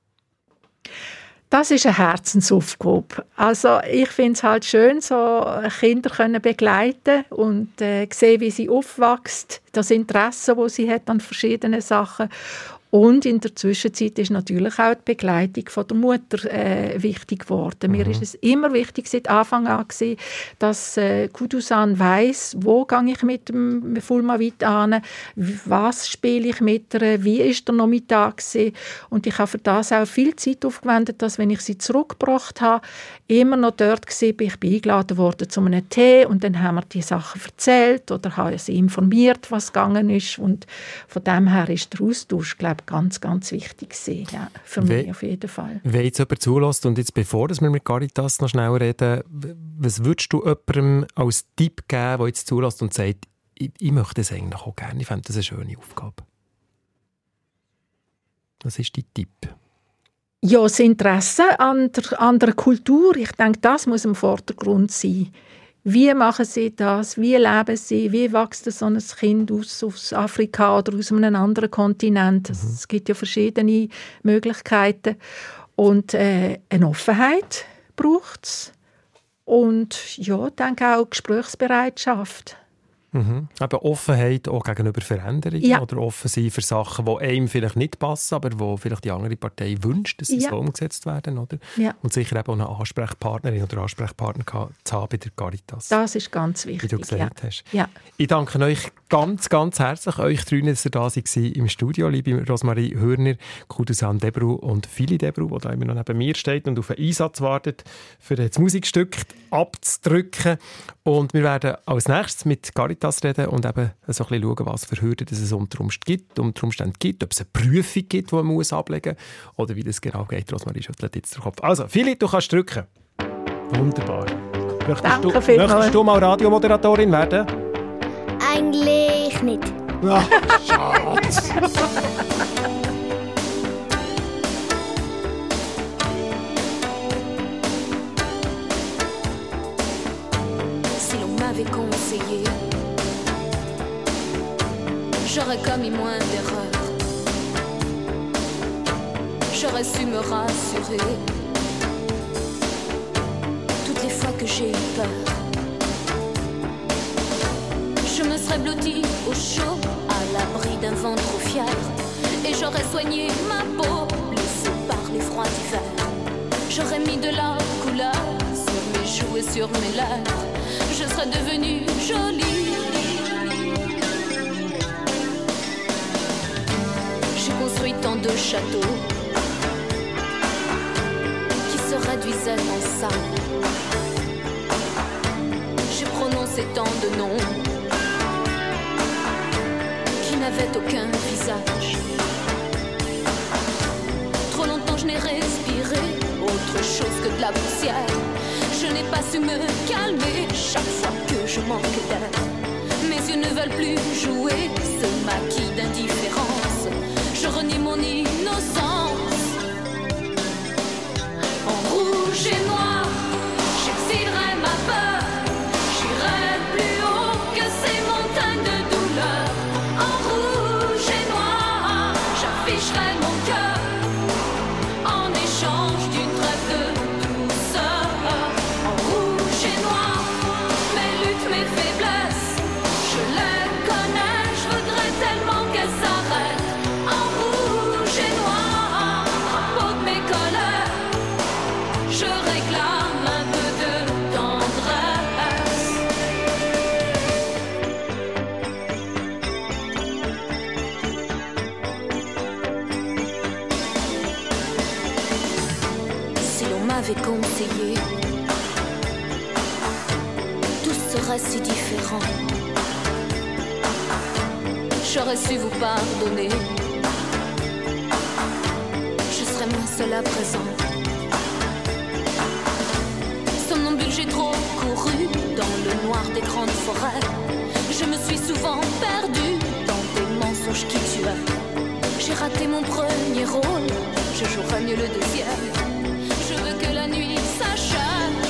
Das ist eine Herzensaufgabe. Also ich finde es halt schön, so Kinder können begleiten und äh, sehen, wie sie aufwächst, das Interesse, das sie hat an verschiedenen Sachen. Und in der Zwischenzeit ist natürlich auch die Begleitung von der Mutter äh, wichtig geworden. Mhm. Mir ist es immer wichtig seit Anfang an gewesen, dass äh, Kudusan weiss, wo gehe ich mit dem Pfulmawit an, was spiele ich mit ihr, wie ist der Nachmittag gewesen. Und ich habe für das auch viel Zeit aufgewendet, dass wenn ich sie zurückgebracht habe, immer noch dort war. Ich bin eingeladen worden zu einem Tee und dann haben wir die Sachen erzählt oder haben sie informiert, was gegangen ist. Und von dem her ist der Austausch, glaube ich, ganz, ganz wichtig gewesen, ja, für mich We- auf jeden Fall. Wenn jetzt jemand zulässt und jetzt bevor wir mit Caritas noch schnell reden, was würdest du jemandem als Tipp geben, der jetzt zulässt und sagt, ich, ich möchte das eigentlich auch gerne, ich fände das eine schöne Aufgabe? Was ist dein Tipp? Ja, das Interesse an der, an der Kultur, ich denke, das muss im Vordergrund sein. Wie machen sie das? Wie leben sie? Wie wächst so ein Kind aus, aus Afrika oder aus einem anderen Kontinent? Mhm. Es gibt ja verschiedene Möglichkeiten. Und äh, eine Offenheit braucht es. Und ja, ich denke auch Gesprächsbereitschaft. Mhm. Eben Offenheit auch gegenüber Veränderungen ja. oder offen sein für Sachen, die einem vielleicht nicht passen, aber wo vielleicht die andere Partei wünscht, dass sie ja. so umgesetzt werden. Oder? Ja. Und sicher eben auch eine Ansprechpartnerin oder Ansprechpartner zu haben bei der Caritas. Das ist ganz wichtig. Wie du gesagt ja. hast. Ja. Ich danke euch ganz, ganz herzlich, euch drei, dass ihr da seid im Studio, liebe Rosmarie Hörner, Kudusan Debru und Fili Debru, die da immer noch neben mir steht und auf einen Einsatz wartet, für das Musikstück abzudrücken. Und wir werden als nächstes mit Caritas reden und eben so ein bisschen schauen, was für Hürden es unter Umständen gibt, unter Umständen gibt, ob es eine Prüfung gibt, die man muss ablegen muss oder wie das genau geht. Rosmarie schüttelt jetzt den Kopf. Also, Fili, du kannst drücken. Wunderbar. Möchtest, Danke du, vielmals. möchtest du mal Radiomoderatorin werden? Eigentlich nicht. Ach, Schatz. Si l'on m'avait conseillé j'aurais commis moins d'erreurs. J'aurais su me rassurer toutes les fois que j'ai eu peur. Je me serais blottie au chaud, à l'abri d'un vent trop fier, et j'aurais soigné ma peau, blessée par les froids d'hiver. J'aurais mis de la couleur sur mes joues et sur mes lèvres. Je serais devenue jolie. J'ai construit tant de châteaux qui se réduisaient en sable. J'ai prononcé tant de noms qui n'avaient aucun visage. Trop longtemps je n'ai respiré autre chose que de la poussière. Je n'ai pas su me calmer chaque fois que je manque d'air. Mes yeux ne veulent plus jouer ce maquis d'indifférence. Je renie mon innocence. En rouge et noir, j'exilerai ma peur. J'irai plus haut que ces montagnes de douleur. En rouge et noir, j'afficherai mon cœur en échange d'une trêve de douceur. En rouge et noir, mes luttes, mes faiblesses, je les connais, je voudrais tellement qu'elles s'arrêtent. En rouge et noir, à peau de mes colères, je réclame un peu de tendresse. Si l'on m'avait conseillé, tout serait si différent. J'aurais su vous pardonner. Je serais moins seule à présent. Somnambule, j'ai trop couru dans le noir des grandes forêts. Je me suis souvent perdue dans des mensonges qui tuaient. J'ai raté mon premier rôle, je jouerai mieux le deuxième. Je veux que la nuit s'achève.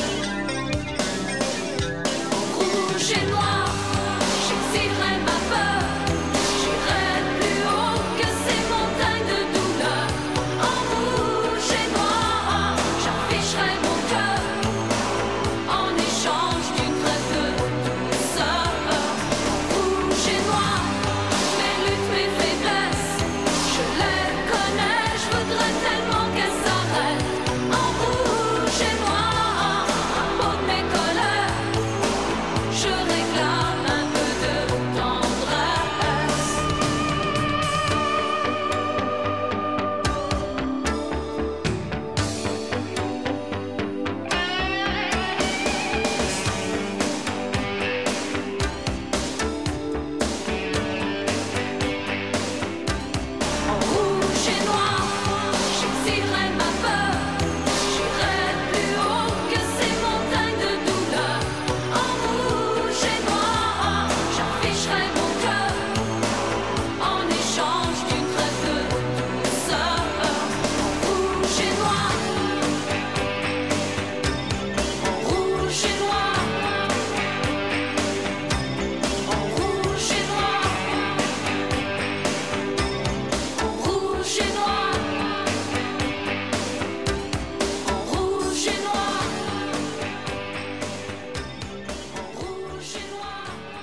En rouge et noir, j'exilerai ma peur. J'irai plus haut que ces montagnes de douleur. En rouge et noir, j'afficherai mon cœur en échange d'une trêve de douceur. En rouge et noir, mes luttes, mes faiblesses, je les connais, je voudrais tellement qu'elles s'arrêtent. En rouge et noir, à peau de mes colères, je réclame un peu de tendresse. En rouge et noir, j'exilerai ma peur. J'irai plus haut que ces montagnes de douleur. En rouge et noir, j'afficherai mon cœur en échange d'une trêve de douceur. En rouge et noir, en rouge et noir, en rouge et noir, en rouge et noir, en rouge et noir, en rouge et noir.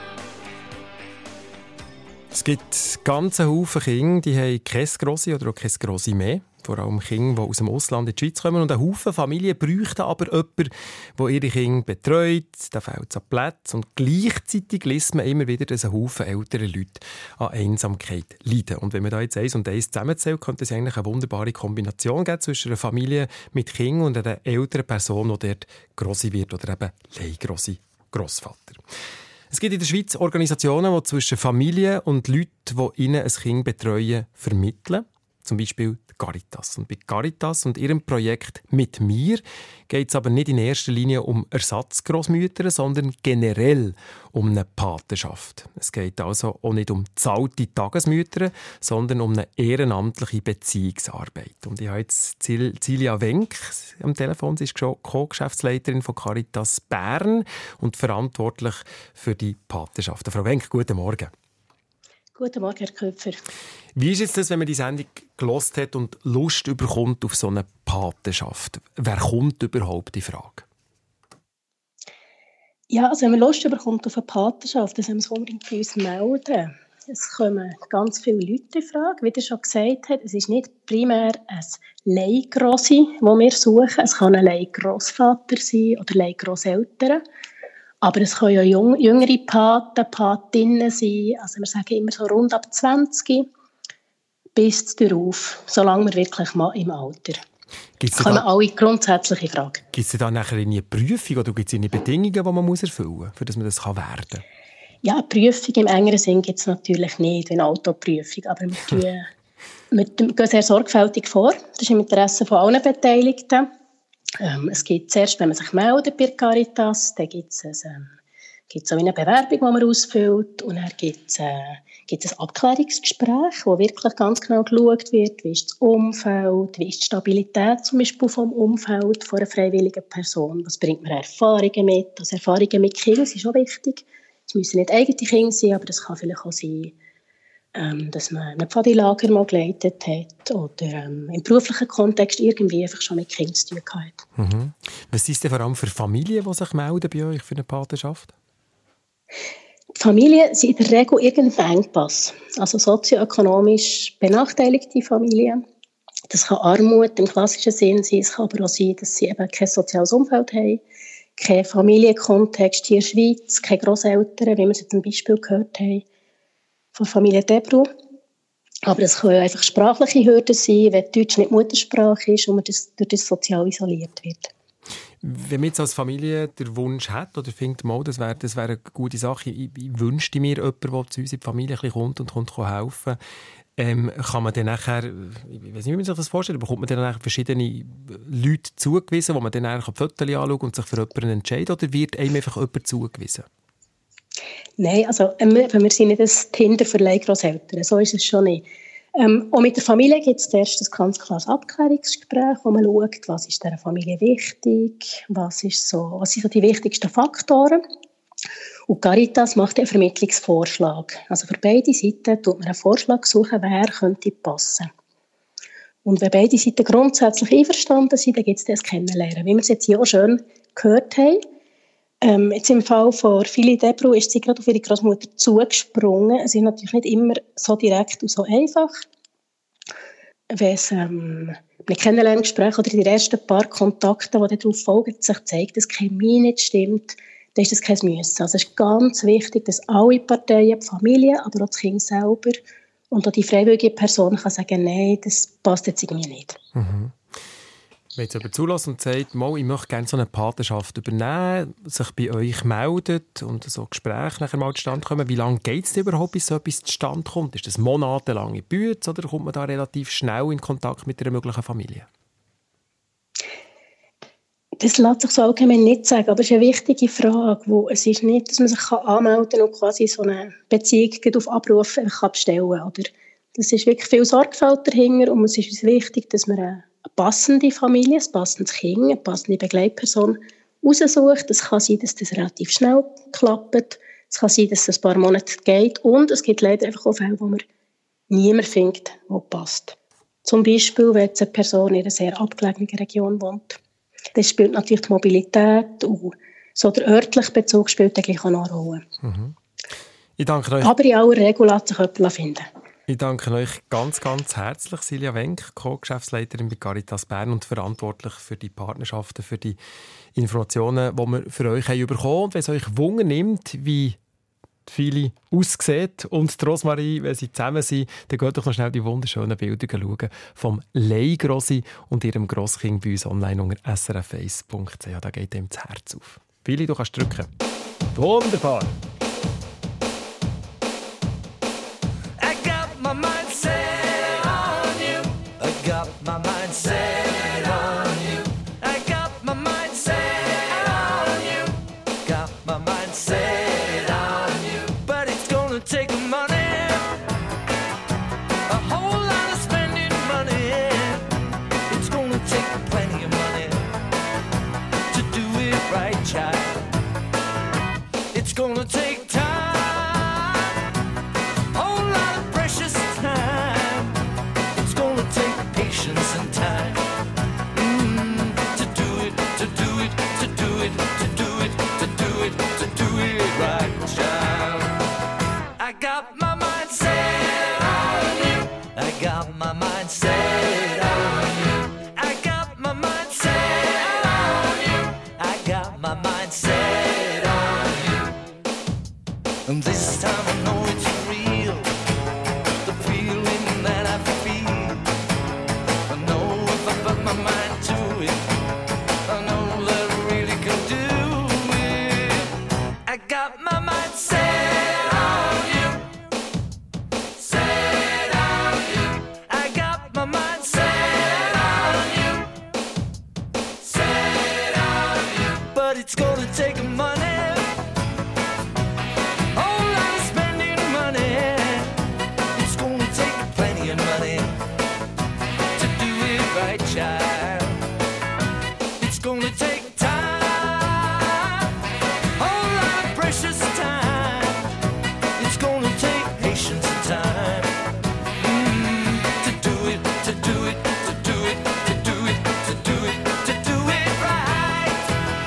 Es gibt ganze Haufen Kinder, die haben keine Grossi oder auch keine Grossi mehr. Vor allem Kinder, die aus dem Ausland in die Schweiz kommen. Und ein Haufen Familien bräuchten aber jemanden, der ihre Kinder betreut. Da fehlt es an Plätzen. Und gleichzeitig liest man immer wieder, dass ein Haufen ältere Leute an Einsamkeit leiden. Und wenn man da jetzt eins und eins zusammenzählt, könnte es eigentlich eine wunderbare Kombination geben zwischen einer Familie mit Kindern und einer älteren Person, die dort Grossi wird oder eben Leihgrossi, Grossvater. Es gibt in der Schweiz Organisationen, die zwischen Familien und Leuten, die ihnen ein Kind betreuen, vermitteln. Zum Beispiel die Caritas. Und bei Caritas und ihrem Projekt «Mit mir» geht es aber nicht in erster Linie um Ersatzgrossmütter, sondern generell um eine Patenschaft. Es geht also auch nicht um zahlte Tagesmütter, sondern um eine ehrenamtliche Beziehungsarbeit. Und ich habe jetzt Cilia Wenk am Telefon. Sie ist Co-Geschäftsleiterin von Caritas Bern und verantwortlich für die Patenschaften. Frau Wenk, guten Morgen. Guten Morgen, Herr Köpfer. Wie ist jetzt das, wenn man die Sendung gehört hat und Lust bekommt auf so eine Patenschaft? Wer kommt überhaupt in Frage? Ja, also wenn man Lust bekommt auf eine Patenschaft, dann soll man es unbedingt bei uns melden. Es kommen ganz viele Leute in Frage. Wie ihr schon gesagt habt, es ist nicht primär ein Leihgrossi, das wir suchen. Es kann ein Leihgrossvater sein oder Leihgrosseltern. Aber es können ja jung, jüngere Paten, Patinnen sein. Also wir sagen immer so rund ab zwanzig bis darauf, solange wir wirklich mal im Alter. Gibt's kommen da, alle grundsätzliche Fragen. Gibt es da nachher eine Prüfung oder gibt es eine Bedingungen, die man muss erfüllen muss, für dass man das werden kann? Ja, eine Prüfung im engeren Sinn gibt es natürlich nicht, wie eine Autoprüfung. Aber wir, tun, wir gehen sehr sorgfältig vor. Das ist im Interesse von allen Beteiligten. Ähm, es gibt zuerst, wenn man sich meldet bei Caritas, dann gibt es ähm, gibt so eine Bewerbung, die man ausfüllt. Und dann gibt es äh, gibt ein Abklärungsgespräch, wo wirklich ganz genau geschaut wird, wie ist das Umfeld, wie ist die Stabilität zum Beispiel vom Umfeld von einer freiwilligen Person. Was bringt man Erfahrungen mit? Also Erfahrungen mit Kindern sind schon wichtig. Es müssen nicht eigene Kinder sein, aber das kann vielleicht auch sein, ähm, dass man ein Pfadilager mal geleitet hat oder ähm, im beruflichen Kontext irgendwie einfach schon mit Kindern zu tun hat. Mhm. Was ist denn vor allem für Familien, die sich melden bei euch für eine Patenschaft? Die Familien sind in der Regel irgendein Engpass. Also sozioökonomisch benachteiligte Familien. Das kann Armut im klassischen Sinn sein, es kann aber auch sein, dass sie eben kein soziales Umfeld haben, kein Familienkontext hier in der Schweiz, keine Grosseltern, wie wir es jetzt zum Beispiel gehört haben, von Familie Debru. Aber es können einfach sprachliche Hürden sein, wenn Deutsch nicht Muttersprache ist und man das, durch das sozial isoliert wird. Wenn man jetzt als Familie den Wunsch hat oder findet, mal, das wäre das wär eine gute Sache, ich, ich wünschte mir jemanden, der zu uns in die Familie kommt und kommt helfen, ähm, kann man dann nachher, ich weiß nicht, wie man sich das vorstellt, bekommt man dann nachher verschiedene Leute zugewiesen, wo man dann nachher die Fotos anschaut und sich für jemanden entscheidet, oder wird einem einfach jemand zugewiesen? Nein, also wir, wir sind nicht ein Tinder für Leihgrosseltern, so ist es schon nicht. Ähm, auch mit der Familie gibt es zuerst ein ganz klares Abklärungsgespräch, wo man schaut, was ist dieser Familie wichtig, was, ist so, was sind so die wichtigsten Faktoren. Und Caritas macht einen Vermittlungsvorschlag. Also für beide Seiten tut man einen Vorschlag suchen, wer könnte passen. Und wenn beide Seiten grundsätzlich einverstanden sind, dann gibt es das Kennenlernen. Wie wir es jetzt hier auch schön gehört haben. Ähm, jetzt im Fall von Philly Debru ist sie gerade auf ihre Großmutter zugesprungen. Es ist natürlich nicht immer so direkt und so einfach. Wenn es ähm, ein Kennenlerngespräch oder in den ersten paar Kontakten, die darauf folgen, sich zeigt, dass die Chemie nicht stimmt, dann ist das kein Müssen. Also es ist ganz wichtig, dass alle Parteien, die Familie, aber auch das Kind selber und auch die freiwillige Person kann sagen, nein, das passt jetzt irgendwie nicht. Mhm. Wenn jetzt jemand zulässt und sagt, mal, ich möchte gerne so eine Patenschaft übernehmen, sich bei euch meldet und so Gespräche nachher mal zustande kommen, wie lange geht es überhaupt, bis so etwas zustande kommt? Ist das monatelange Büte oder kommt man da relativ schnell in Kontakt mit einer möglichen Familie? Das lässt sich so allgemein nicht sagen, aber es ist eine wichtige Frage. Wo es ist nicht, dass man sich anmelden kann und quasi so eine Beziehung auf Abruf bestellen kann. Oder das ist wirklich viel Sorgfalt dahinter und es ist uns wichtig, dass man eine passende Familie, ein passendes Kind, eine passende Begleitperson raussucht. Es kann sein, dass das relativ schnell klappt. Es kann sein, dass es ein paar Monate geht. Und es gibt leider einfach auch Fälle, wo man niemanden findet, der passt. Zum Beispiel, wenn eine Person in einer sehr abgelegenen Region wohnt. Das spielt natürlich die Mobilität und so der örtliche Bezug spielt eigentlich auch noch eine Rolle. Mhm. Ich danke euch. Aber in aller Regel lässt sich jemand finden. Ich danke euch ganz, ganz herzlich, Silja Wenk, Co-Geschäftsleiterin bei Caritas Bern und verantwortlich für die Partnerschaften, für die Informationen, die wir für euch haben bekommen haben. Und wenn es euch Wunder nimmt, wie viele aussieht und die Rosmarie, wenn sie zusammen sind, dann geht doch noch schnell die wunderschönen Bilder schauen vom Leihgrossi und ihrem Grosskind bei uns online unter s r f eins punkt c h. Da geht ihm das Herz auf. Philly, du kannst drücken. Wunderbar! My mind set on you. I got my mind set on you. I got my mind set on you. Got my mind set on you. But it's gonna take money, a whole lot of spending money. It's gonna take plenty of money to do it right, child. It's gonna take time, a whole lot but it's gonna take money. Whole lot of spending money. It's gonna take plenty of money to do it right, child. It's gonna take time, whole lot of precious time. It's gonna take patience and time. Mm, to do it, to do it, to do it, to do it, to do it, to do it right.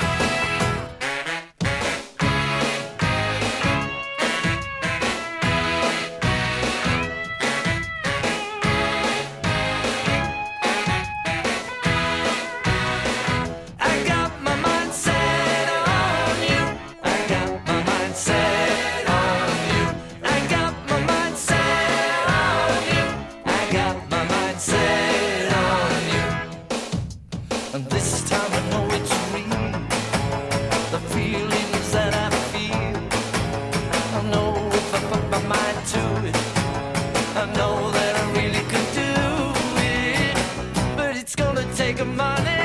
I got my mind set on you. I got my mind set on you. I got my mind set on you. I got my mind set on you. And this time I know it's real. The feelings that I feel. I know if I put my mind to it, I know that I really could do it. But it's gonna take money.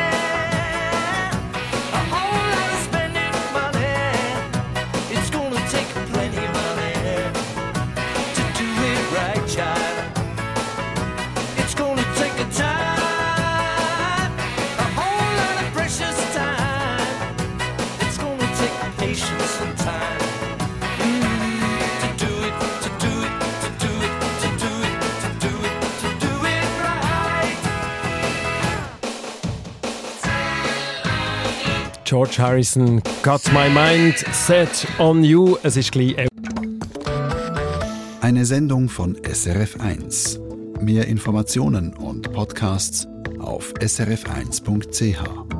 A whole lot of spending money. It's gonna take plenty of money to do it right, child. It's gonna take a time, a whole lot of precious time. It's gonna take patience and time. Mm, to do it, to do it, to do it, to do it, to do it, to do it right. George Harrison, Got My Mind Set on You. Es ist gleich elf. Eine Sendung von S R F eins. Mehr Informationen und Podcasts auf s r f eins punkt c h.